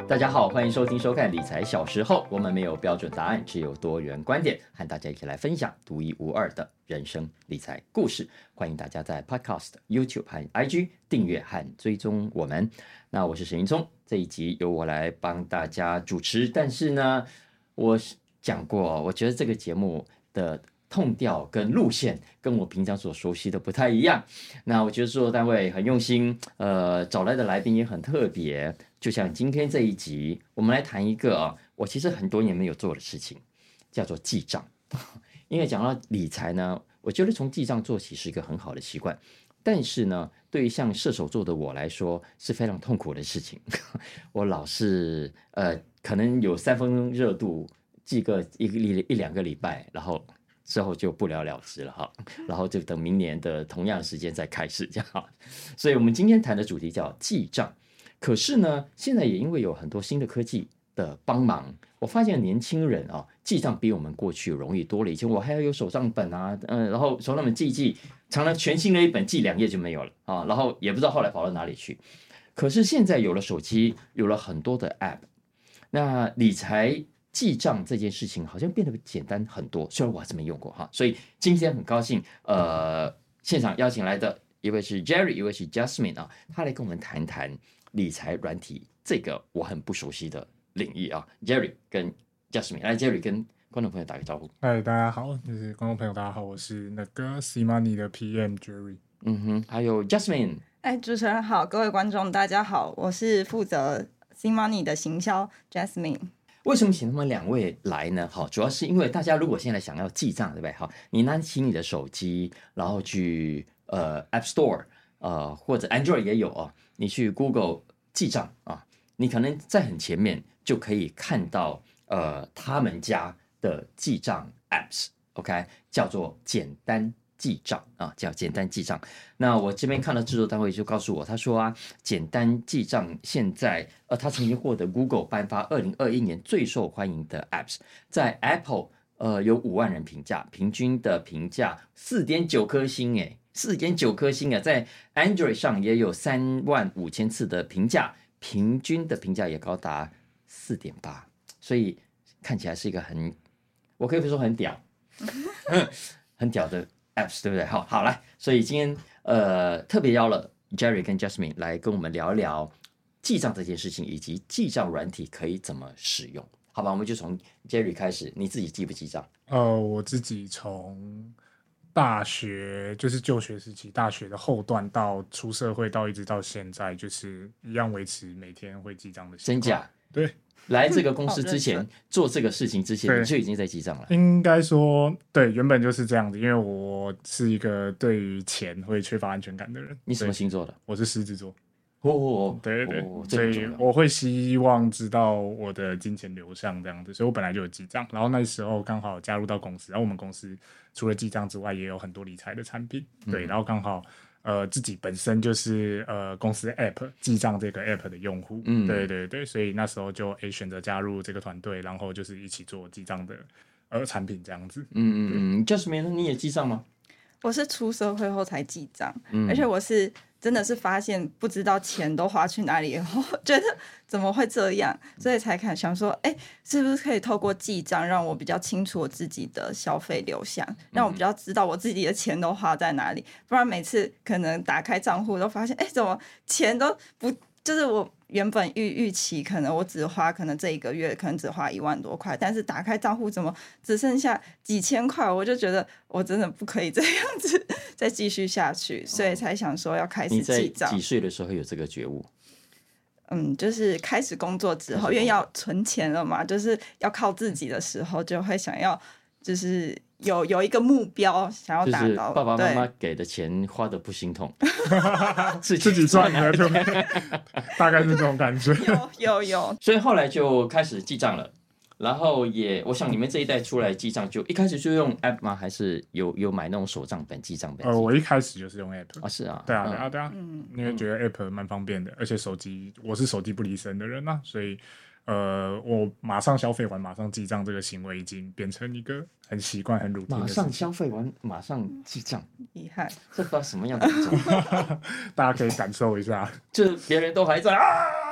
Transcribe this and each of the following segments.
大家好，欢迎收听收看理财小时候，我们没有标准答案，只有多元观点，和大家一起来分享独一无二的人生理财故事。欢迎大家在 Podcast、YouTube 和 IG 订阅和追踪我们。那我是沈云聪，这一集由我来帮大家主持。但是呢，我讲过，我觉得这个节目的痛调跟路线跟我平常所熟悉的不太一样。那我觉得制作单位很用心，找来的来宾也很特别。就像今天这一集，我们来谈一个我其实很多年没有做的事情，叫做记账。因为讲到理财呢，我觉得从记账做起是一个很好的习惯，但是呢，对于像射手座的我来说是非常痛苦的事情。我老是可能有3分热度，记个一两个礼拜，然后之后就不了了之了哈，然后就等明年的同样时间再开始这样。所以我们今天谈的主题叫记账。可是呢，现在也因为有很多新的科技的帮忙，我发现年轻人记账比我们过去容易多了。以前我还要有手账本然后手账本记一记，常常全新的一本记2页就没有了然后也不知道后来跑到哪里去。可是现在有了手机，有了很多的 App， 那理财记账这件事情好像变得简单很多，虽然我还是没用过所以今天很高兴现场邀请来的一位是 Jerry， 一位是 Jasmine 他来跟我们谈谈理财软体这个我很不熟悉的领域Jerry 跟 Jasmine， 来 Jerry 跟观众朋友打个招呼。 嗨，大家好，就是观众朋友大家好，我是那个 C-Money 的 PM Jerry。 还有 Jasmine。 主持人好，各位观众大家好，我是负责 C-Money 的行销 Jasmine。 为什么请他们2位来呢？主要是因为大家如果现在想要记账，对不对？你拿起你的手机，然后去App Store，或者 Android 也有你去 Google 记账你可能在很前面就可以看到他们家的记账 Apps，OK， 叫做简单记账叫简单记账。那我这边看到制作单位就告诉我，他说简单记账现在他曾经获得 Google 颁发2021年最受欢迎的 Apps， 在 Apple 有5万人评价，平均的评价 4.9 颗星4.9颗星在 Android 上也有35000次的评价，平均的评价也高达 4.8， 所以看起来是一个我可以说很屌很屌的 apps， 对不对？好来，所以今天特别邀了 Jerry 跟 Jasmine 来跟我们聊一聊记账这件事情，以及记账软体可以怎么使用。好吧，我们就从 Jerry 开始，你自己记不记账？ 我自己从大学就是就学时期，大学的后段到出社会到一直到现在，就是一样维持每天会记账的习惯。 真假？ 对， 来这个公司之前做这个事情之前，你就已经在记账了。 应该说对，原本就是这样子，因为我是一个对于钱会缺乏安全感的人。 你什么星座的？ 我是狮子座。对，所以我会希望知道我的金钱流向这样子，所以我本来就有记账，然后那时候刚好加入到公司，然后我们公司除了记账之外，也有很多理财的产品，对，然后刚好自己本身就是公司 App 记账这个 App 的用户，对，所以那时候就选择加入这个团队，然后就是一起做记账的产品这样子。 Jasmine 你也记账吗？ 我是出社会后才记账，而且我是真的是发现不知道钱都花去哪里以后，觉得怎么会这样，所以才想说是不是可以透过记账让我比较清楚我自己的消费流向，让我比较知道我自己的钱都花在哪里，不然每次可能打开账户都发现怎么钱都不，就是我原本预期可能我只花可能这一个月可能只花1万多块，但是打开账户怎么只剩下几千块，我就觉得我真的不可以这样子再继续下去，所以才想说要开始记账。 你在几岁的时候有这个觉悟？ 就是开始工作之后，因为要存钱了嘛，就是要靠自己的时候，就会想要就是有一个目标想要达到， 就是爸爸妈妈给的钱花的不心痛自己赚的，对不对？大概是这种感觉。 有， 所以后来就开始记账了。然后我想你们这一代出来记账，就一开始就用 App 吗？还是有买那种手账本、记账本？ 我一开始就是用 App 是啊， 对啊，因为觉得 App 蛮方便的，而且我是手机不离身的人所以我马上消费完马上记账这个行为已经变成一个很习惯很 routine 的事情。 马上消费完马上记账， 厉害， 这不知道什么样的一种大家可以感受一下， 就是别人都还在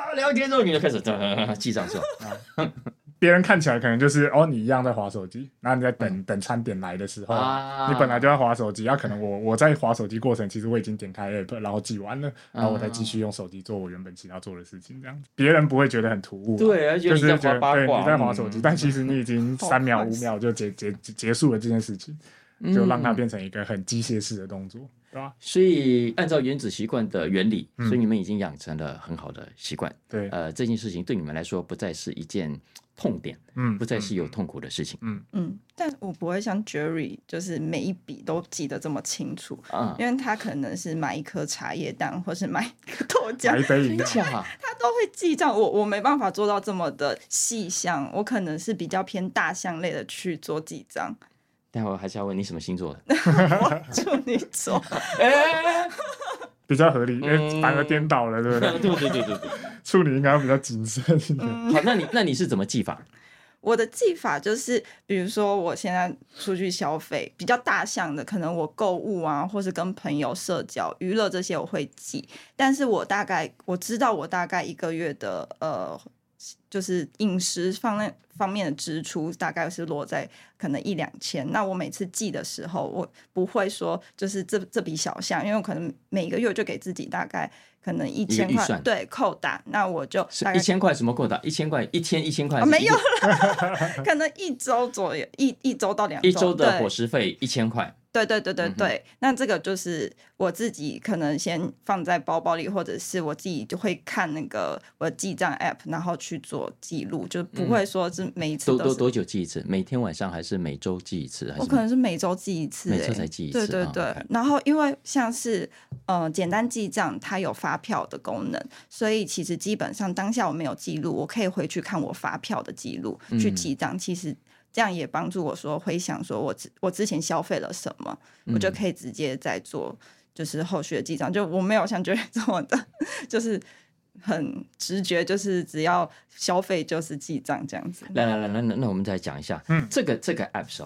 聊天之后你就开始记账是吧？ 别人看起来可能就是你一样在滑手机，然后你在等餐点来的时候，你本来就在滑手机，可能我在滑手机过程，其实我已经点开 app， 然后记完了，然后我再继续用手机做我原本其他做的事情，这样子，别人不会觉得很突兀， 对，而且你在滑八卦， 对，你在滑手机，但其实你已经3秒5秒就结束了这件事情，就让它变成一个很机械式的动作。对吧？ 所以按照原子习惯的原理，所以你们已经养成了很好的习惯。 对， 这件事情对你们来说不再是一件痛点，不再是有痛苦的事情。 但我不会像 Jerry， 就是每一笔都记得这么清楚，因为他可能是买一颗茶叶蛋，或是买一个豆浆， 买一杯饮料， 他都会记账。我没办法做到这么的细项，我可能是比较偏大项类的去做记账。 但我还是要问你什么星座的？ 我处女座， 比较合理，因为反而颠倒了，对不对？ 对， 处女应该比较谨慎一点。 好，那你是怎么记法？ 我的记法就是，比如说我现在出去消费比较大项的，可能我购物啊，或是跟朋友社交、娱乐这些我会记，但是我知道我大概1个月的就是饮食方面的支出大概是落在可能1-2千。那我每次记的时候，我不会说就是这笔小项，因为我可能每个月就给自己大概可能1000块，对，扣打。那我就大概 1000块什么扣打？1000块，1天1000块？ 没有可能1周左右，一周到2周， 一周的伙食费1000块。 对，那这个就是我自己可能先放在包包里，或者是我自己就会看那个我的记账 app， 然后去做记录，就不会说是每一次都是多久记一次？每天晚上还是每周记一次？ 我可能是每周记一次， 每周才记一次。 对。然后因为像是简单记账，它有发票的功能，所以其实基本上当下我没有记录，我可以回去看我发票的记录去记账。其实这样也帮助我说回想说我之前消费了什么，我就可以直接再做就是后续的记账。就我没有像Jerry这么的，就是很直觉，就是只要消费就是记账这样子。 来，那我们再讲一下，这个 app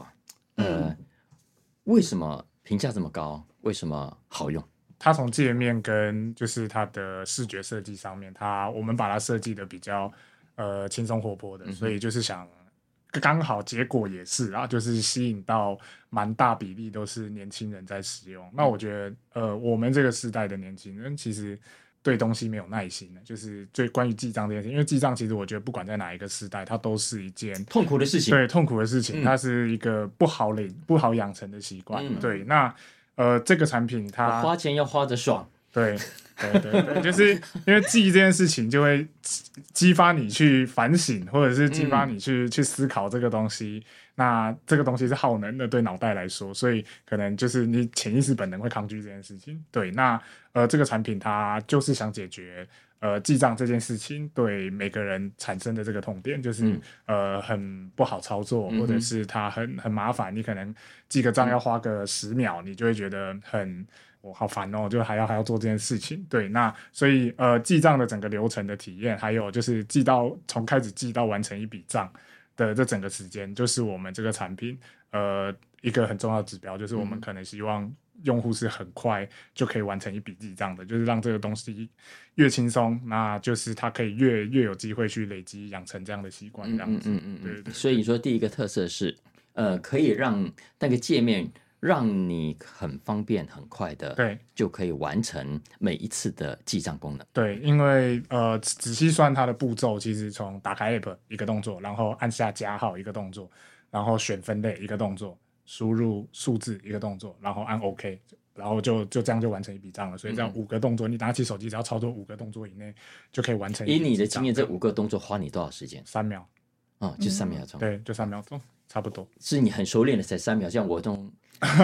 为什么评价这么高？为什么好用？ 它从界面跟就是它的视觉设计上面，我们把它设计的比较轻松活泼的，所以就是想刚好结果也是啊，就是吸引到蛮大比例都是年轻人在使用。那我觉得我们这个世代的年轻人其实对东西没有耐心的，就是最关于记账这件事，因为记账其实我觉得不管在哪一个时代，它都是一件痛苦的事情。 对，痛苦的事情，它是一个不好养成的习惯。对，那这个产品它花钱要花得爽。 对，就是因为记这件事情就会激发你去反省，或者是激发你去思考这个东西。那这个东西是耗能的，对脑袋来说，所以可能就是你潜意识本能会抗拒这件事情。对，那这个产品它就是想解决记账这件事情对每个人产生的这个痛点，就是很不好操作，或者是它很麻烦，你可能记个账要花个10秒，你就会觉得好烦哦，就还要做这件事情。对，那所以记账的整个流程的体验，还有就是从开始记到完成一笔账的这整个时间，就是我们这个产品一个很重要的指标，就是我们可能希望用户是很快就可以完成一笔记账的，就是让这个东西越轻松，那就是他可以越有机会去累积养成这样的习惯，这样子。对。 所以你说第一个特色是可以让那个界面让你很方便很快的对就可以完成每一次的记账功能。 对，因为仔细算它的步骤，其实从打开 app 一个动作，然后按下加号一个动作，然后选分类一个动作，输入数字一个动作，然后按 OK， 然后就这样就完成一笔账了。所以这样5个动作，你拿起手机只要操作5个动作以内就可以完成一笔账。 以你的经验，这5个动作花你多少时间 ？3秒。 就3秒钟。 对，就3秒钟，差不多。 是你很熟练的才3秒，像我这种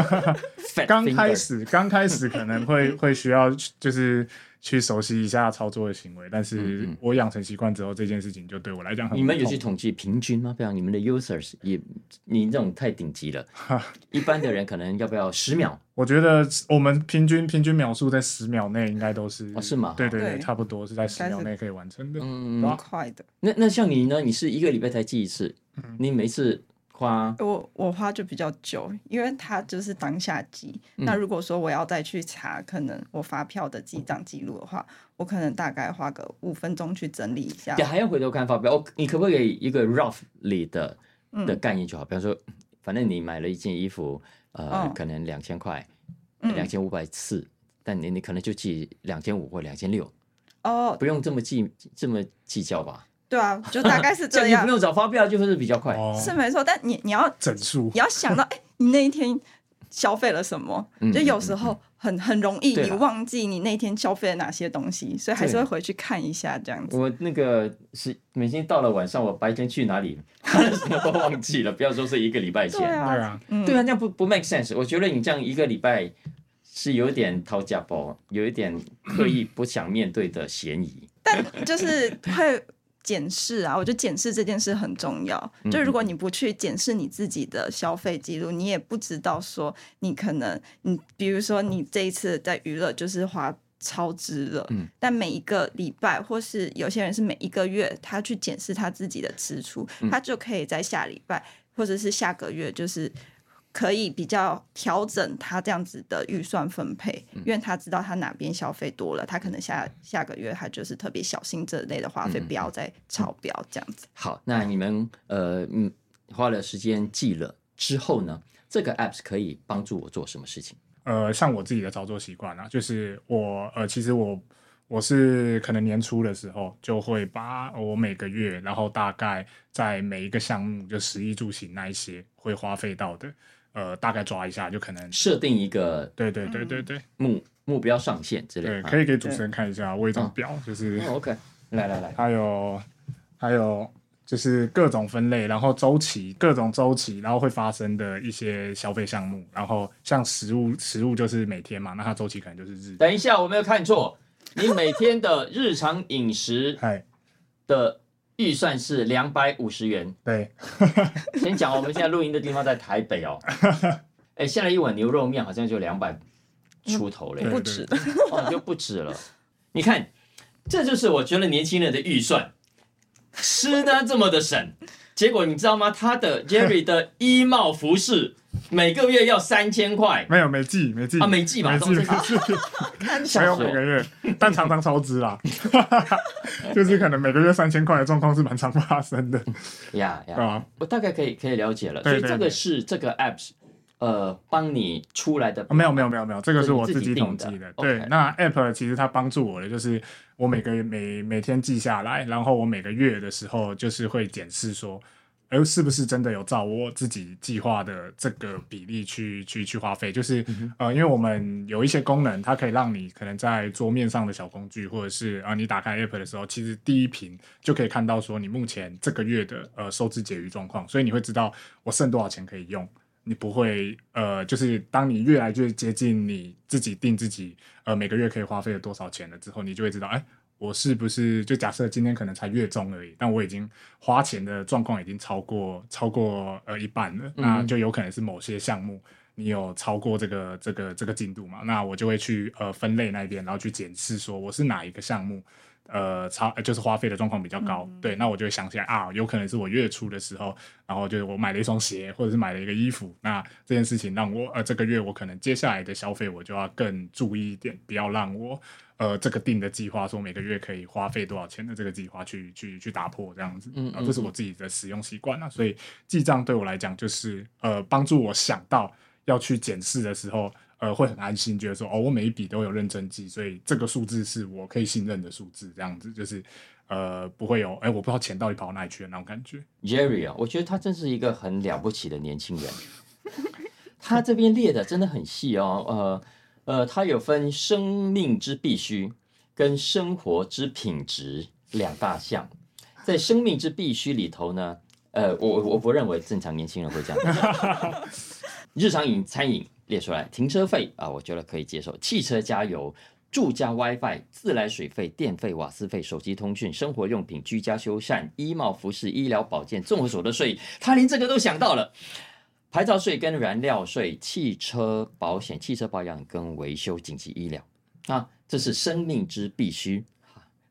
刚开始可能会需要就是去熟悉一下操作的行为，但是我养成习惯之后，这件事情就对我来讲很。 你们有去统计平均吗？比方你们的 users 你这种太顶级了，一般的人可能要不要10秒？ 我觉得我们平均秒数在10秒内应该都是是吗？ 对，差不多是在10秒内可以完成的， 蛮快的。 那像你呢？你是1个礼拜才记一次，你每次花？ 我花就比较久，因为它就是当下记。那如果说我要再去查，可能我发票的记账记录的话，我可能大概花个5分钟去整理一下。 对，还要回头看发票。你可不可以一个 roughly 的概念就好？比方说，反正你买了一件衣服，可能2000块，2500次，但你可能就记2500或2600。不用这么计较吧？ 对啊，就大概是这样。你不用找发票，就是比较快。 是没错，但你要整数， 你要想到，你那一天消费了什么？就有时候很容易你忘记你那天消费了哪些东西，所以还是会回去看一下这样子。 我那个是每天到了晚上，我白天去哪里，什么都忘记了。不要说是1个礼拜前。 对啊， 这样不 make sense。我觉得你这样1个礼拜是有点掏假包，有一点刻意不想面对的嫌疑。 但就是会检视啊，我觉得检视这件事很重要。就如果你不去检视你自己的消费记录，你也不知道说你可能比如说你这一次在娱乐就是花超支了，但每一个礼拜或是有些人是每一个月，他去检视他自己的支出，他就可以在下礼拜或者是下个月就是可以比较调整他这样子的预算分配，因为他知道他哪边消费多了，他可能下个月他就是特别小心这类的花费，不要再超标这样子。 好，那你们花了时间记了之后呢，这个 apps 可以帮助我做什么事情？ 像我自己的操作习惯啊，就是其实我是可能年初的时候就会把我每个月，然后大概在每一个项目，就食衣住行那一些会花费到的。大概抓一下，就可能设定一个对目标上限之类的。 对，可以给主持人看一下我有一张表，就是 OK， 来， 还有就是各种分类，然后各种周期，然后会发生的一些消费项目，然后像食物就是每天嘛，那它周期可能就是日。 等一下，我没有看错，你每天的日常饮食的预算是250元。 对， 先讲我们现在录音的地方在台北哦。现在一碗牛肉面好像就200出头了， 不止就不止了。你看，这就是我觉得年轻人的预算，吃呢这么的省，结果你知道吗？他的 Jerry 的衣帽服饰每个月要3000块， 没有每季啊，每季吧， 没有每个月，但常常超支啦。就是可能每个月3000块的状况是蛮常发生的。我大概可以了解了。所以这个是这个 apps 帮你出来的。 没有，这个是我自己统计的。对，那 app 其实它帮助我的就是我每天记下来，然后我每个月的时候就是会检视说，是不是真的有照我自己计划的这个比例去花费？就是因为我们有一些功能，它可以让你可能在桌面上的小工具，或者是你打开 app 的时候，其实第一屏就可以看到说你目前这个月的收支结余状况，所以你会知道我剩多少钱可以用。你不会就是当你越来越接近你自己定自己每个月可以花费了多少钱了之后，你就会知道我是不是就假设今天可能才月中而已，但我已经花钱的状况已经超过一半了，那就有可能是某些项目你有超过这个进度嘛，那我就会去分类那边，然后去检视说我是哪一个项目就是花费的状况比较高，对，那我就会想起来有可能是我月初的时候，然后就是我买了一双鞋，或者是买了一个衣服，那这件事情让我这个月我可能接下来的消费我就要更注意一点，不要让我这个定的计划说每个月可以花费多少钱的这个计划去打破这样子，这是我自己的使用习惯啊，所以记账对我来讲就是帮助我想到要去检视的时候。会很安心，觉得说我每一笔都有认真记，所以这个数字是我可以信任的数字，这样子就是不会有我不知道钱到底跑到哪里去的那种感觉。 Jerry 我觉得他真是一个很了不起的年轻人，他这边列的真的很细哦，他有分生命之必须跟生活之品质2大项，在生命之必须里头呢，我不认为正常年轻人会这样，日常餐饮。列出来，停车费我觉得可以接受，汽车加油、住家 WiFi、自来水费、电费、瓦斯费、手机通讯、生活用品、居家修缮、衣帽服饰、医疗保健、综合所得税，他连这个都想到了。牌照税跟燃料税、汽车保险、汽车保养跟维修、紧急医疗这是生命之必须。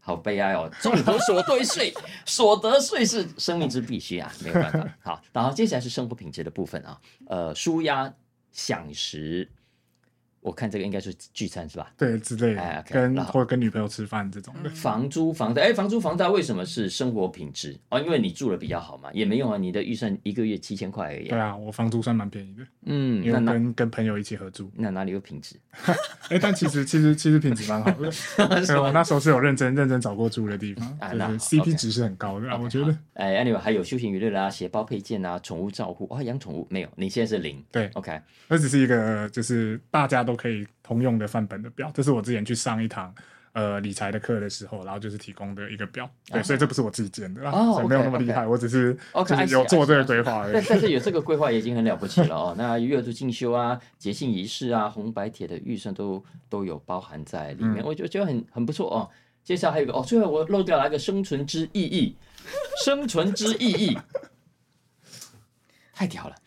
好悲哀哦！政府所得税，所得税是生命之必须啊，没有办法。好，然后接下来是生活品质的部分啊，舒压享食。我看这个应该是聚餐是吧？ 对，之类的，或者跟女朋友吃饭这种的。 房租房贷，房租房贷为什么是生活品质？因为你住的比较好嘛，也没用啊，你的预算一个月7000块而已。 对啊，我房租算蛮便宜的。因为跟朋友一起合租。 那哪里有品质？ 但其实品质蛮好的。我那时候是有认真找过住的地方，就是 CP 值是很高的，我觉得。 anyway 还有休闲娱乐啦、鞋包配件啊、宠物照护，养宠物没有？你现在是0。 对 ，OK， 那只是一个就是大家都可以通用的范本的表，这是我之前去上一堂理财的课的时候，然后就是提供的一个表，对，所以这不是我自己建的啦，所以没有那么厉害，我只是就是有做这个规划而已。 但是有这个规划已经很了不起了哦。那月度进修啊、节庆仪式啊、红白帖的预算都有包含在里面，我觉得很不错哦。接下来还有一个最后我漏掉了一个生存之意义，生存之意义，太屌了。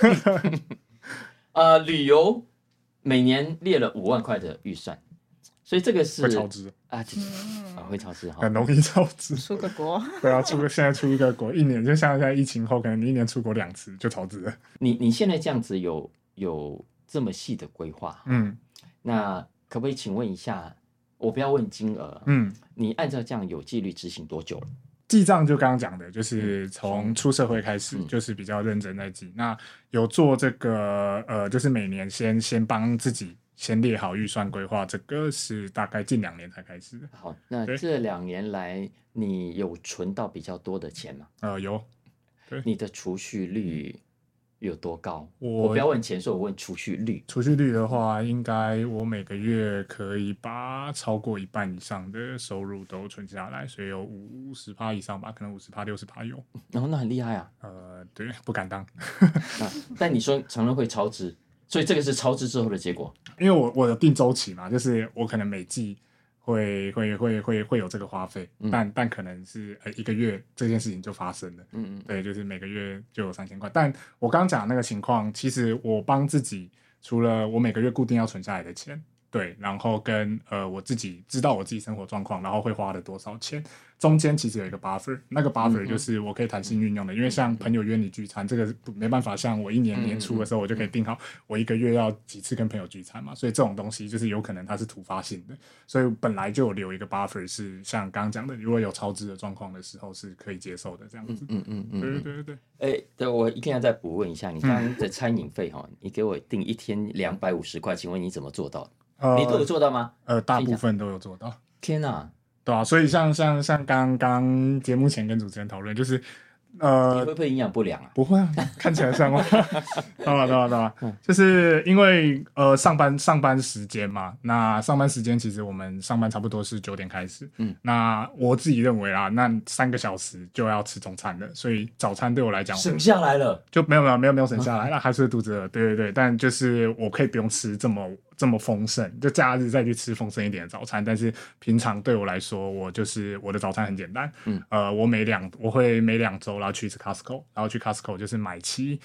旅游每年列了5万块的预算，所以这个是会超支会超支哈， 很容易超支。 出个国， 对啊，现在出一个国，一年就像现在疫情后，可能你一年出国2次就超支了。 你现在这样子有这么细的规划，那可不可以请问一下，我不要问金额，你按照这样有纪律执行多久了？ 记账就刚刚讲的，就是从出社会开始，就是比较认真在记。那有做这个就是每年先帮自己先列好预算规划，这个是大概近2年才开始的。 好，那这2年来你有存到比较多的钱吗？ 有。对， 你的储蓄率有多高？我不要问钱数，我问储蓄率。 储蓄率的话，应该我每个月可以把超过1半以上的收入都存下来，所以有50%以上吧，可能50%、60%有。 那很厉害啊。 对，不敢当。 但你说常常会超支，所以这个是超支之后的结果。 因为我有定周期嘛，就是我可能每季会有这个花费，但可能是1个月这件事情就发生了，对，就是每个月就有3000块。但我刚刚讲的那个情况，其实我帮自己，除了我每个月固定要存下来的钱，对，然后跟我自己知道我自己生活状况，然后会花了多少钱，中间其实有一个 buffer， 那个 buffer 就是我可以弹性运用的，因为像朋友约你聚餐，这个没办法，像我年初的时候，我就可以定好我1个月要几次跟朋友聚餐嘛，所以这种东西就是有可能它是突发性的，所以本来就有留一个 buffer， 是像刚刚讲的，如果有超支的状况的时候是可以接受的这样子。 对。对，我一定要再补问一下，你刚刚的餐饮费你给我定1天250块，请问你怎么做到的？你都有做到吗？ 大部分都有做到。 天哪！ 对啊，所以像刚刚节目前跟主持人讨论，就是你会不会营养不良啊？ 不会啊，看起来像吗？对吧？就是因为上班时间嘛，那上班时间其实我们上班差不多是9点开始，那我自己认为啦，那3个小时就要吃中餐了，所以早餐对我来讲省下来了， 就没有省下来，那还是会肚子饿，对，但就是我可以不用吃这么丰盛，就假日再去吃丰盛一点的早餐，但是平常对我来说，我的早餐很简单，我会每2周然后去一次 Costco， 然后去 Costco 就是买齐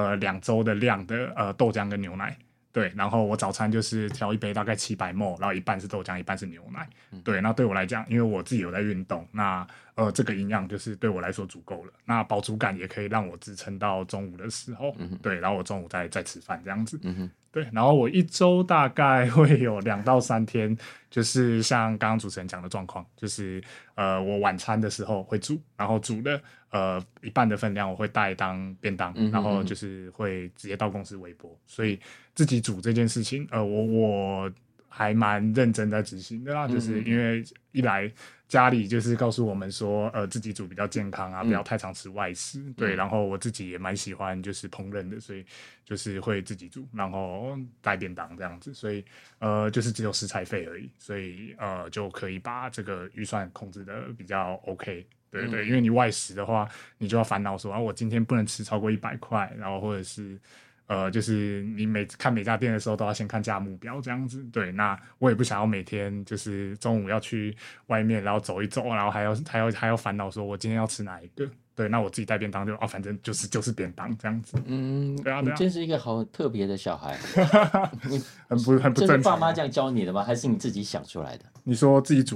2周的量的豆浆跟牛奶，对，然后我早餐就是调一杯大概700ml，然后一半是豆浆，一半是牛奶，对，那对我来讲，因为我自己有在运动，那这个营养就是对我来说足够了，那饱足感也可以让我支撑到中午的时候，对，然后我中午再吃饭这样子，对，然后我1周大概会有2到3天，就是像刚刚主持人讲的状况，就是我晚餐的时候会煮，然后煮的一半的分量我会带当便当，然后就是会直接到公司微波，所以自己煮这件事情，我还蛮认真在执行的啦，就是因为一来家里就是告诉我们说，自己煮比较健康啊，不要太常吃外食，对，然后我自己也蛮喜欢就是烹饪的，所以就是会自己煮，然后带便当这样子，所以就是只有食材费而已，所以就可以把这个预算控制的比较 OK。对，因为你外食的话，你就要烦恼说我今天不能吃超过100块，然后或者是就是你看每家店的时候都要先看价目表这样子，对，那我也不想要每天就是中午要去外面然后走一走，然后还要烦恼说我今天要吃哪一个，对，那我自己带便当就反正就是便当这样子，对啊， 你真是一个好特别的小孩， 很不正常。 这是爸妈这样教你的吗？还是你自己想出来的？ 你说自己煮吗？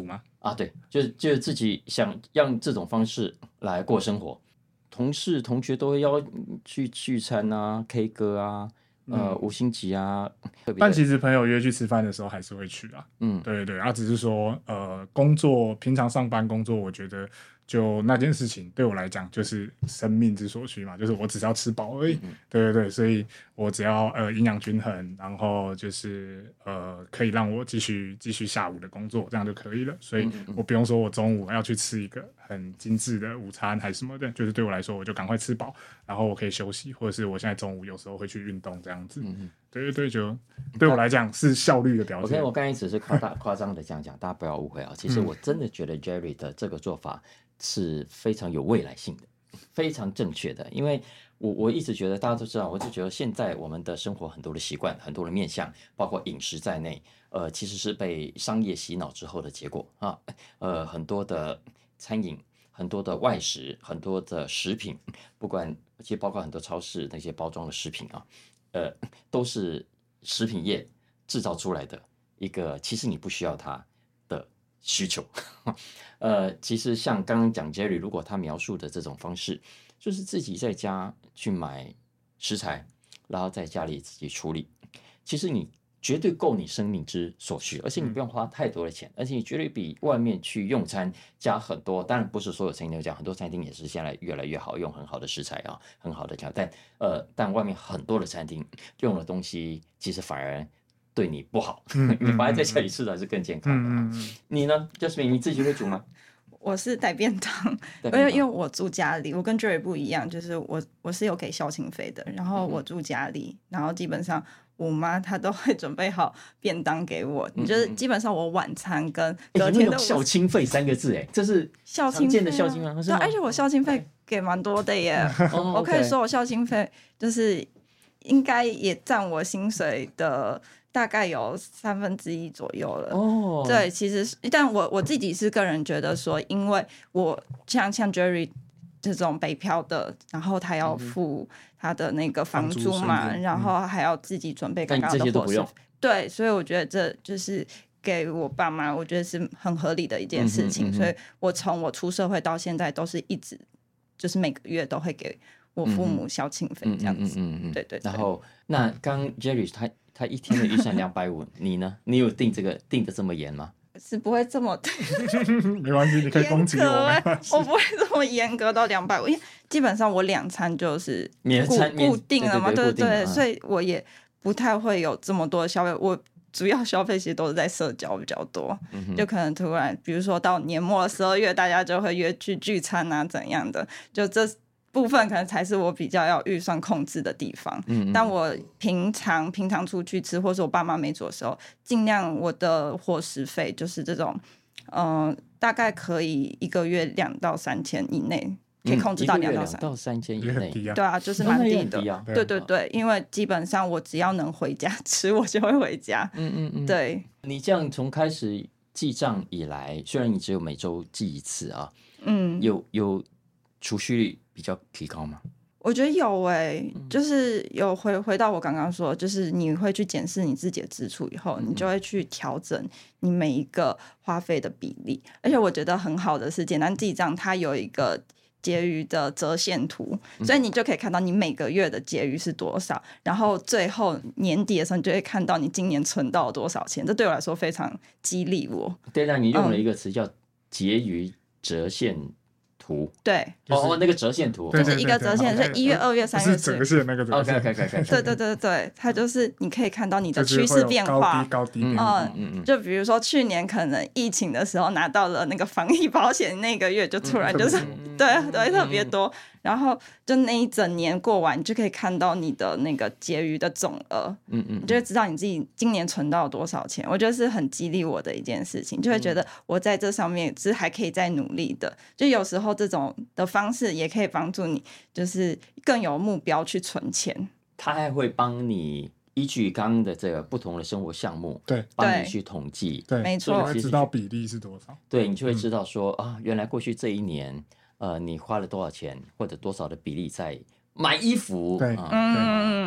啊，对，就是自己想让这种方式来过生活，同事同学都要去聚餐啊、K 歌啊、5星级啊。 但其实朋友约去吃饭的时候还是会去啊。对，只是说工作平常上班工作，我觉得就那件事情对我来讲就是生命之所需嘛，就是我只是要吃饱而已。对，所以我只要营养均衡，然后就是可以让我继续下午的工作，这样就可以了。所以我不用说我中午要去吃一个很精致的午餐还是什么的，就是对我来说我就赶快吃饱，然后我可以休息，或者是我现在中午有时候会去运动这样子。对，就对我来讲是效率的表现。 我刚才只是夸张的这样讲，大家不要误会啊。其实我真的觉得 Jerry 的这个做法是非常有未来性的，非常正确的。因为我一直觉得大家都知道，我就觉得现在我们的生活很多的习惯、很多的面向，包括饮食在内，其实是被商业洗脑之后的结果啊。很多的餐饮、很多的外食、很多的食品，其实包括很多超市那些包装的食品啊。都是食品业制造出来的一个，其实你不需要它的需求。其实像刚刚讲 Jerry， 如果他描述的这种方式，就是自己在家去买食材，然后在家里自己处理，其实你绝对够你生命之所需，而且你不用花太多的钱，而且你绝对比外面去用餐加很多。当然不是所有餐厅都这样，很多餐厅也是现在越来越好，用很好的食材啊，很好的调。但外面很多的餐厅用的东西，其实反而对你不好。你反而在家里吃的还是更健康的。你呢 ，Jasmine， 你自己会煮吗？ 我是带便当，因为我住家里，我跟 Jerry 不一样，就是我是有给孝亲费的，然后我住家里，然后基本上我妈她都会准备好便当给我，就是基本上我晚餐跟隔天的孝亲费3个字，这是常见的孝亲吗？ 对，而且我孝亲费给蛮多的耶，我可以说我孝亲费就是应该也占我薪水的大概有1/3左右了。对，其实但我自己是个人觉得说，因为我像 Jerry 这种北漂的，然后他要付他的那个房租嘛，然后还要自己准备刚刚的伙食费，对，所以我觉得这就是给我爸妈，我觉得是很合理的一件事情。所以我从我出社会到现在都是一直就是每个月都会给我父母孝亲费这样子。对。 然后那刚 Jerry 他一天的预算250，你呢？你有定的这么严吗？ 是不会这么没关系，你可以攻击我。 我不会这么严格到250，因为基本上我2餐就是固定了嘛，对，所以我也不太会有这么多的消费。我主要消费其实都是在社交比较多，就可能突然比如说到年末12月，大家就会约去聚餐啊怎样的，就这部分可能才是我比较要预算控制的地方。但我平常出去吃，或是我爸妈没煮的时候，尽量我的伙食费就是这种，大概可以1个月2到3千以内，可以控制到2到3 千以内。 对啊，就是蛮低的。对，因为基本上我只要能回家吃，我就会回家。对。 你这样从开始记账以来，虽然你只有每周记1次啊，有储蓄率比较提高吗？ 我觉得有就是有回到我刚刚说，就是你会去检视你自己的支出以后，你就会去调整你每一个花费的比例。而且我觉得很好的是简单记账，它有一个结余的折线图，所以你就可以看到你每个月的结余是多少，然后最后年底的时候，你就会看到你今年存到了多少钱。这对我来说非常激励我。 对，那你用了一个词叫结余折线图。 对， 那个折线图就是一个折线，是1月、2月、3月、4月， 是整个线那个折线。对，它就是你可以看到你的趋势变化， 高低。 就比如说去年可能疫情的时候拿到了那个防疫保险，那个月就突然就是对特别多，然后就那一整年过完，你就可以看到你的那个结余的总额，你就会知道你自己今年存到多少钱。我觉得是很激励我的一件事情，就会觉得我在这上面是还可以再努力的。就有时候这种的方式也可以帮助你，就是更有目标去存钱。 它还会帮你依据刚刚的这个不同的生活项目， 对， 帮你去统计， 对， 没错， 你会知道比例是多少。 对，你就会知道说原来过去这一年，你花了多少钱，或者多少的比例在买衣服。 对，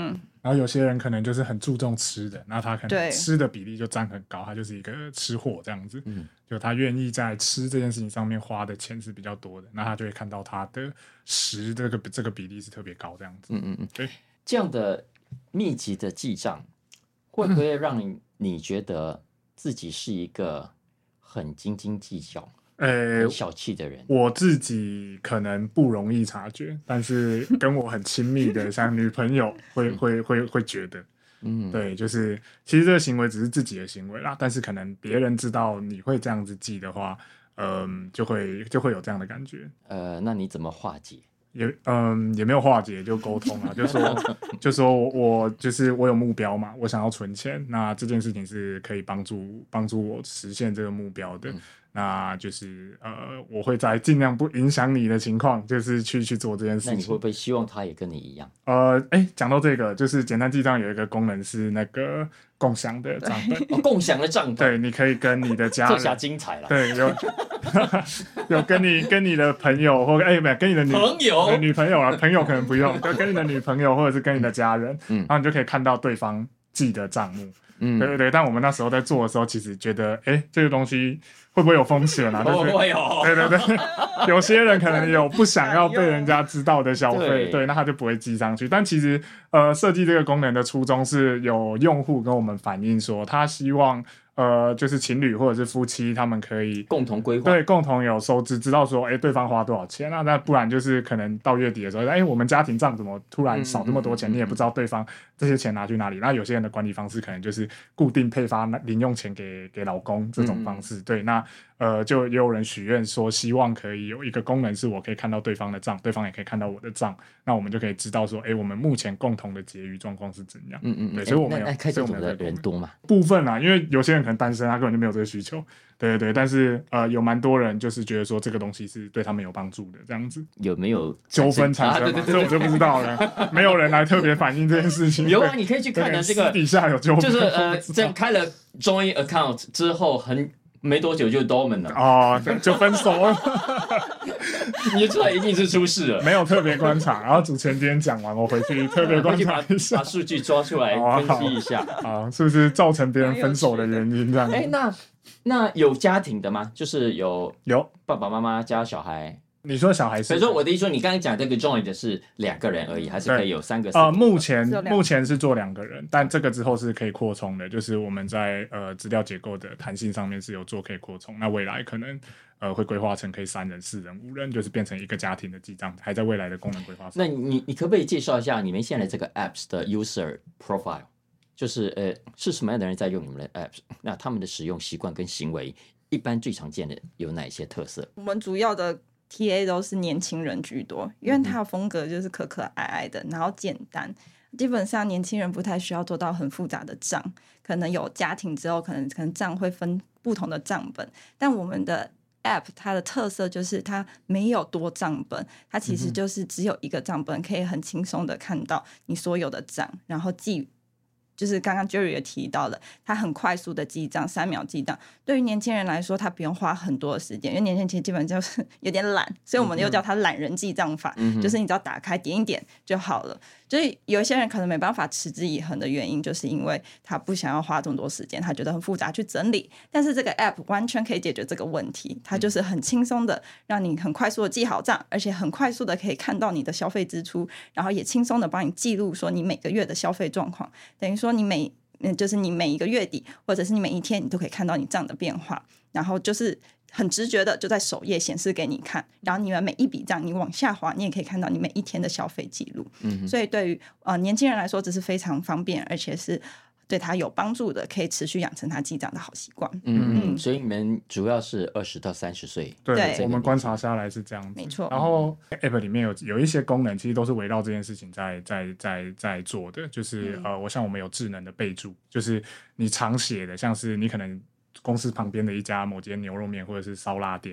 然后有些人可能就是很注重吃的，那他可能吃的比例就占很高，他就是一个吃货这样子，就他愿意在吃这件事情上面花的钱是比较多的，那他就会看到他的食这个比例是特别高这样子。对， 这样的密集的记账会不会让你觉得自己是一个很斤斤计较、很小气的人？ 我自己可能不容易察觉，但是跟我很亲密的像女朋友会觉得，对，就是其实这个行为只是自己的行为啦，但是可能别人知道你会这样子记的话，就会有这样的感觉。 那你怎么化解？ 也没有化解，就沟通啊，就说我就是我有目标嘛，我想要存钱，那这件事情是可以帮助我实现这个目标的。那就是我会在尽量不影响你的情况，就是去做这件事情。 那你会不会希望他也跟你一样？ 讲到这个，就是简单记账有一个功能是那个共享的账本， 共享的账本， 对，你可以跟你的家人， 这下精彩了。 对，有跟你的朋友或没有跟你的女朋友啊，朋友可能不用，就跟你的女朋友或者是跟你的家人，然后你就可以看到对方记的账目。对，但我们那时候在做的时候，其实觉得，这个东西会不会有风险啊？ 会有。 对，有些人可能有不想要被人家知道的消费，对，那他就不会记上去。但其实，设计这个功能的初衷是有用户跟我们反映说，他希望。就是情侣或者是夫妻，他们可以共同规划， 对，共同有收支，知道说，对方花多少钱啊？那不然就是可能到月底的时候，我们家庭账怎么突然少这么多钱？你也不知道对方这些钱拿去哪里。那有些人的管理方式可能就是固定配发零用钱给老公这种方式，对，那就也有人许愿说，希望可以有一个功能是我可以看到对方的账，对方也可以看到我的账，那我们就可以知道说，我们目前共同的结余状况是怎样。对，所以我们有开这种的人多吗？ 部分啊，因为有些人可能单身，他根本就没有这个需求。对，但是有蛮多人就是觉得说这个东西是对他们有帮助的，这样子。 有没有纠纷产生？这我就不知道了。没有人来特别反映这件事情。 有啊，你可以去看的这个私底下有纠纷， 就是这样开了 joint account 之后没多久就 dormant 了哦，就分手了。 你出来一定是出事了， 没有特别观察。然后主持人今天讲完，我回去特别观察一下， 把数据抓出来分析一下， 是不是造成别人分手的原因这样？ 那有家庭的吗？就是有爸爸妈妈加小孩。 你说小孩是？ 所以说我的意思说，你刚才讲这个 joint 是2个人而已，还是可以有3个？ 目前是做2个人，但这个之后是可以扩充的，就是我们在资料结构的弹性上面是有做可以扩充。那未来可能会规划成可以3人、4人、5人，就是变成一个家庭的记账，还在未来的功能规划上。 那你可不可以介绍一下你们现在这个 apps 的 user profile？ 就是是什么样的人在用你们的 apps？ 那他们的使用习惯跟行为，一般最常见的有哪些特色？ 我们主要的 TA 都是年轻人居多，因为他的风格就是可可爱爱的，然后简单。基本上年轻人不太需要做到很复杂的账，可能有家庭之后，可能账会分不同的账本，但我们的 App 它的特色就是它没有多账本，它其实就是只有一个账本，可以很轻松的看到你所有的账，然后就是刚刚 Jerry 也提到了，他很快速的记账，3秒记账。对于年轻人来说，他不用花很多的时间，因为年轻人其实基本就是有点懒，所以我们又叫他懒人记账法，就是你只要打开点一点就好了。就是有一些人可能没办法持之以恒的原因，就是因为他不想要花这么多时间，他觉得很复杂去整理。但是这个 App 完全可以解决这个问题，它就是很轻松的让你很快速的记好账，而且很快速的可以看到你的消费支出，然后也轻松的帮你记录说你每个月的消费状况，等于说你每一个月底或者是你每一天你都可以看到你账的变化，然后就是很直觉的就在首页显示给你看，然后你们每一笔账你往下滑，你也可以看到你每一天的消费记录。所以对于年轻人来说这是非常方便，而且是对他有帮助的，可以持续养成他记账的好习惯。 所以你们主要是20到30岁。 对，我们观察下来是这样子， 没错。 然后 App 里面有一些功能，其实都是围绕这件事情在做的，就是像我们有智能的备注，就是你常写的，像是你可能公司旁边的某间牛肉面或者是烧腊店，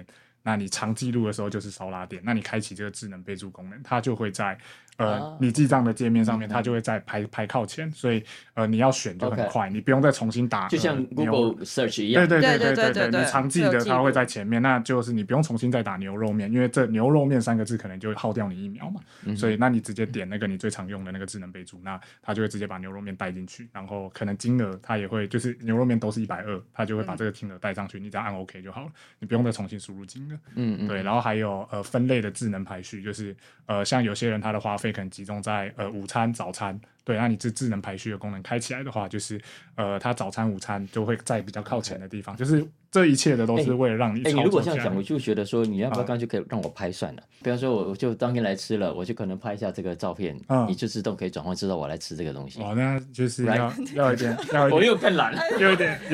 那你常记录的时候就是少拉电，那你开启这个智能备注功能，它就会在你记账的界面上面，它就会在排靠前，所以你要选就很快，你不用再重新打， 就像 Google Search 一样。 对，你常记的它会在前面，那就是你不用重新再打牛肉面，因为这牛肉面3个字可能就耗掉你1秒嘛，所以那你直接点那个你最常用的那个智能备注，那它就会直接把牛肉面带进去，然后可能金额它也会就是牛肉面都是120，它就会把这个金额带上去，你只要按 OK 就好了，你不用再重新输入金额。对，然后还有分类的智能排序，就是像有些人他的花费可能集中在午餐、早餐，对，那你这智能排序的功能开起来的话，就是他早餐、午餐就会在比较靠前的地方，就是这一切的都是为了让你操作。 你如果这样讲，我就觉得说，你要不要干脆可以让我拍算了？比方说，我就当天来吃了，我就可能拍一下这个照片，你就自动可以转换，知道我来吃这个东西。 哦，那就是要一点， 我又更懒， 有一点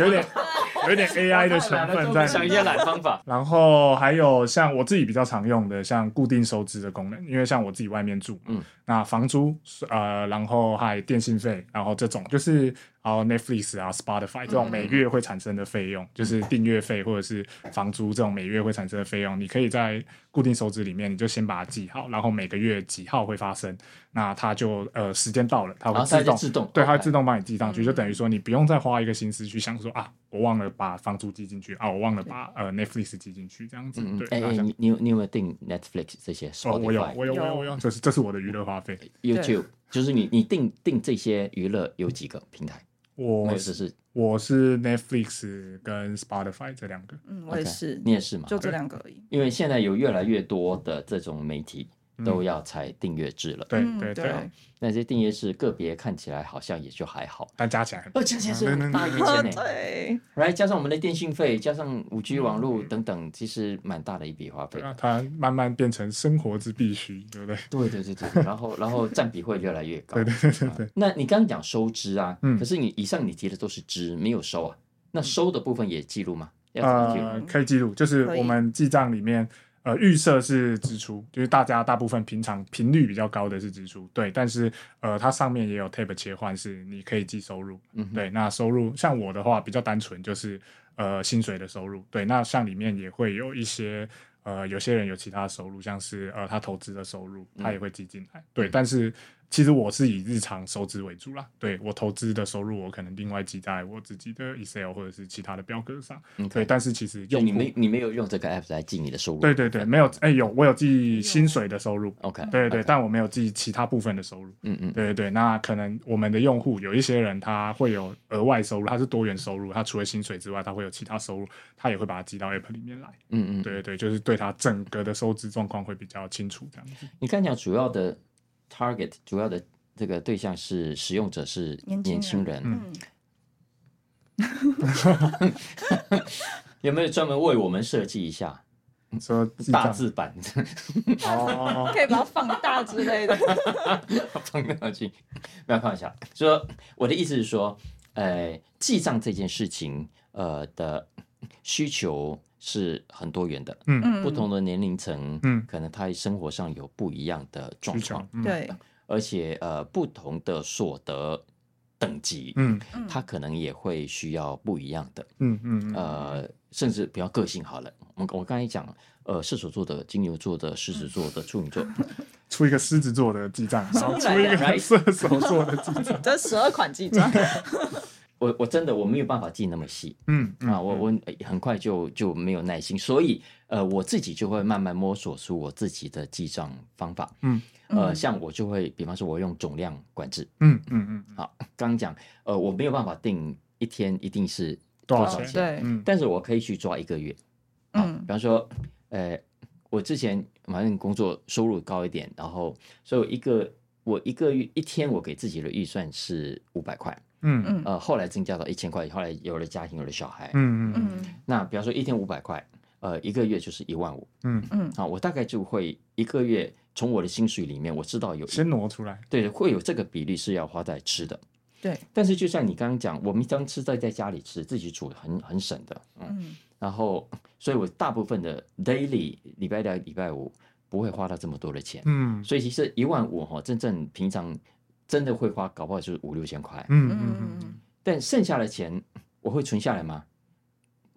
AI 的成分在， 想一些懒方法。 然后还有像我自己比较常用的，像固定收支的功能，因为像我自己外面住，那房租然后还电信费，然后这种就是Netflix 啊 Spotify 这种每月会产生的费用，就是订阅费或者是房租这种每月会产生的费用，你可以在固定收支里面，你就先把它记好，然后每个月几号会发生，那它就时间到了，它会自动对，它会自动帮你记上去，就等于说你不用再花一个心思去想说我忘了把房租记进去我忘了把Netflix 记进去这样子。 对，你有没有订 Netflix 这些？ 我有，这是我的娱乐花费。 YouTube 就是你订这些娱乐有几个平台？ 我是 Netflix 跟 Spotify 这2个。 我也是。 你也是吗？ 就这2个而已。 因为现在有越来越多的这种媒体都要采订阅制了。 对。 那这些订阅制个别看起来好像也就还好， 但加起来是很大一笔钱呢。 对， 来加上我们的电信费，加上5G 网络等等，其实蛮大的一笔花费。 它慢慢变成生活之必须，对不对？ 对，然后占比会越来越高。 对。 那你刚刚讲收支啊，可是以上你提的都是支，没有收啊。那收的部分也记录吗？要怎么记录？ 可以记录，就是我们记账里面。预设是支出，就是大部分平常频率比较高的是支出，对，但是它上面也有 tab 切换，是你可以记收入，对，那收入像我的话比较单纯，就是薪水的收入，对，那像里面也会有一些有些人有其他的收入，像是他投资的收入，他也会记进来，对，但是其实我是以日常收支为主啦，对，我投资的收入我可能另外记在我自己的 Excel 或者是其他的表格上，对，但是其实你没有用这个 app 来记你的收入， 对，没有，我有记薪水的收入 ，OK， 对，但我没有记其他部分的收入，对，那可能我们的用户有一些人他会有额外收入，他是多元收入，他除了薪水之外，他会有其他收入，他也会把它记到 app 里面来，对，就是对他整个的收支状况会比较清楚这样子。 你刚讲主要的 target 主要的这个对象是使用者是年轻人，有没有专门为我们设计一下？ 说大字版可以把它放大之类的， 放大去，不要开玩笑。说我的意思是说，记账这件事情，的需求是很多元的，不同的年龄层，可能他生活上有不一样的状况， 对。 而且不同的所得等级，他可能也会需要不一样的，甚至比较个性好了。我刚才讲，射手座的、金牛座的、狮子座的、处女座， 出一个狮子座的记账，然后出一个射手座的记账， 这12款记账。 我真的我没有办法记那么细，我很快就没有耐心，所以我自己就会慢慢摸索出我自己的记账方法，像我就会，比方说我用总量管制，好，刚刚讲，我没有办法定一天一定是多少钱， 对， 但是我可以去抓1个月，比方说，我之前反正工作收入高一点，然后所以我一个月一天我给自己的预算是500块。后来增加到1000块，后来有了家庭，有了小孩，那比方说一天500块，一个月就是15000，我大概就会一个月从我的薪水里面，我知道有先挪出来， 对，会有这个比例是要花在吃的， 对。 但是就像你刚刚讲，我们当吃在家里吃，自己煮很省的，然后所以我大部分的 daily 礼拜6、礼拜5不会花到这么多的钱，所以其实15000真正平常。真的会花，搞不好就是5、6千块。但剩下的钱我会存下来吗？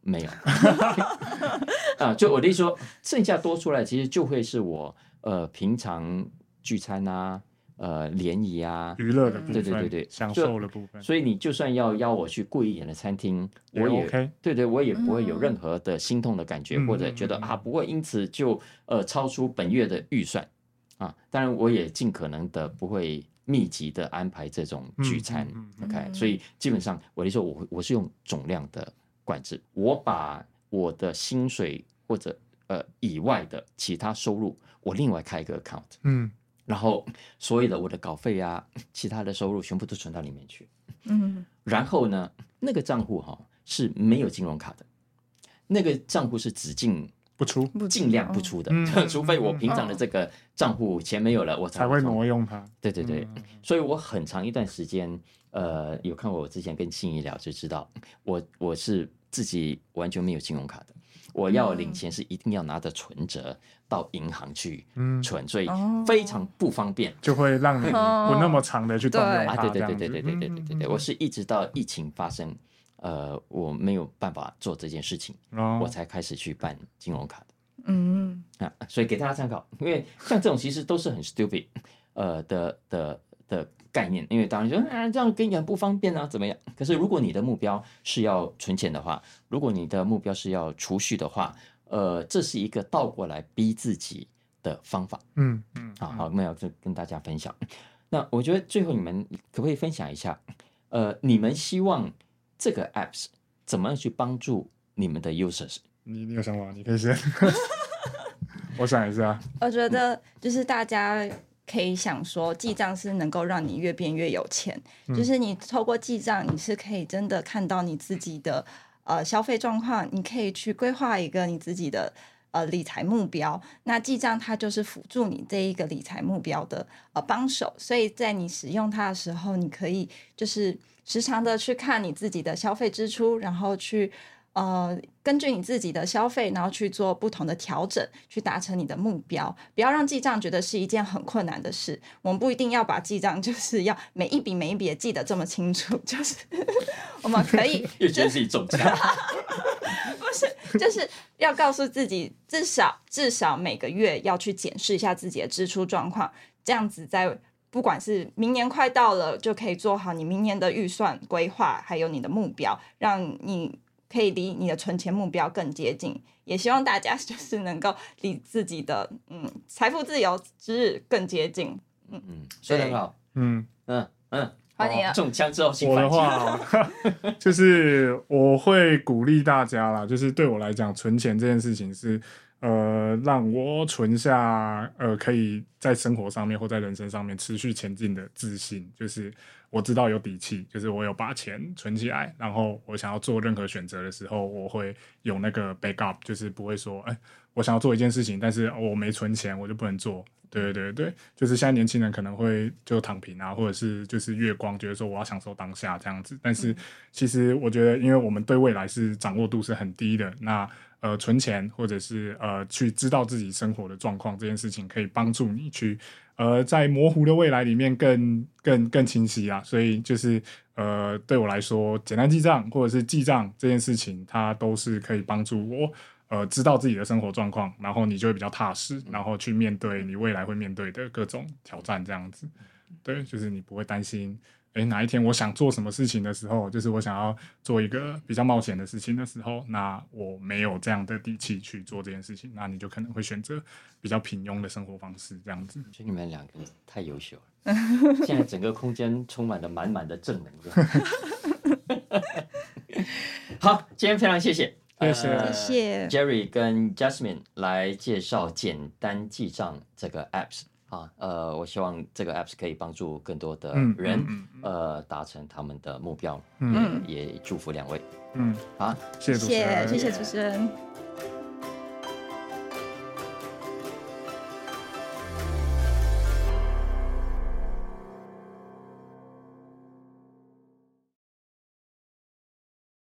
没有就我的意思说，剩下多出来其实就会是我平常聚餐啊。联谊啊， 娱乐的部分， 对， 享受的部分。 所以你就算要邀我去贵一点的餐厅，我也 OK， 对，我也不会有任何的心痛的感觉，或者觉得不会因此就超出本月的预算啊。当然，我也尽可能的不会密集的安排这种聚餐。OK， 所以基本上我的说，我是用总量的管制，我把我的薪水或者以外的其他收入，我另外开一个 account。然后所有的我的稿费啊，其他的收入全部都存到里面去。然后呢，那个账户是没有金融卡的，那个账户是只进不出， 尽量不出的，除非我平常的这个账户钱没有了，我才会挪用它。 对，所以我很长一段时间，有看过我之前跟信怡聊就知道，我是自己完全没有金融卡的。我要领钱是一定要拿着存折到银行去存，所以非常不方便， 就会让你不那么长的去动用它。 对，我是一直到疫情发生，我没有办法做这件事情，我才开始去办金融卡的。所以给大家参考，因为像这种其实都是很 stupid 的概念，因为当然说这样跟你很不方便啊，怎么样？可是如果你的目标是要存钱的话，如果你的目标是要储蓄的话，这是一个倒过来逼自己的方法。好，没有就跟大家分享。那我觉得最后你们可不可以分享一下，你们希望这个 apps 怎么样去帮助你们的 users？ 你有想法？你可以先。我想一下。 我觉得就是大家可以想说，记账是能够让你越变越有钱。就是你透过记账，你是可以真的看到你自己的消费状况，你可以去规划一个你自己的理财目标。那记账它就是辅助你这一个理财目标的帮手，所以在你使用它的时候，你可以就是时常的去看你自己的消费支出，然后去根据你自己的消费，然后去做不同的调整，去达成你的目标。不要让记账觉得是一件很困难的事。我们不一定要把记账就是要每一笔也记得这么清楚，就是我们可以又觉得自己中枪。 不是，就是要告诉自己，至少每个月要去检视一下自己的支出状况，这样子在不管是明年快到了，就可以做好你明年的预算规划，还有你的目标，让你可以离你的存钱目标更接近。也希望大家就是能够离自己的财富自由之日更接近。 说得很好。 欢迎啊！ 中枪之后， 我的话就是我会鼓励大家啦，就是对我来讲，存钱这件事情是让我存下可以在生活上面或在人生上面持续前进的自信，就是我知道有底气，就是我有把钱存起来，然后我想要做任何选择的时候，我会有那个 backup， 就是不会说我想要做一件事情，但是我没存钱我就不能做。对，就是现在年轻人可能会就躺平啊，或者是就是月光，觉得说我要享受当下这样子。但是其实我觉得，因为我们对未来是掌握度是很低的，那存钱或者是去知道自己生活的状况这件事情，可以帮助你去在模糊的未来里面更清晰啊。所以就是对我来说，简单记账或者是记账这件事情，它都是可以帮助我知道自己的生活状况，然后你就会比较踏实，然后去面对你未来会面对的各种挑战这样子。对，就是你不会担心哪一天我想做什么事情的时候，就是我想要做一个比较冒险的事情的时候，那我没有这样的底气去做这件事情，那你就可能会选择比较平庸的生活方式这样子。 所以你们两个太优秀了，现在整个空间充满了满满的正能量。好，今天非常谢谢谢谢 Jerry 跟 Jasmine 来介绍简单记账这个 apps。我希望这个 apps 可以帮助更多的人达成他们的目标。也祝福两位。 好，谢谢主持人。 谢谢主持人。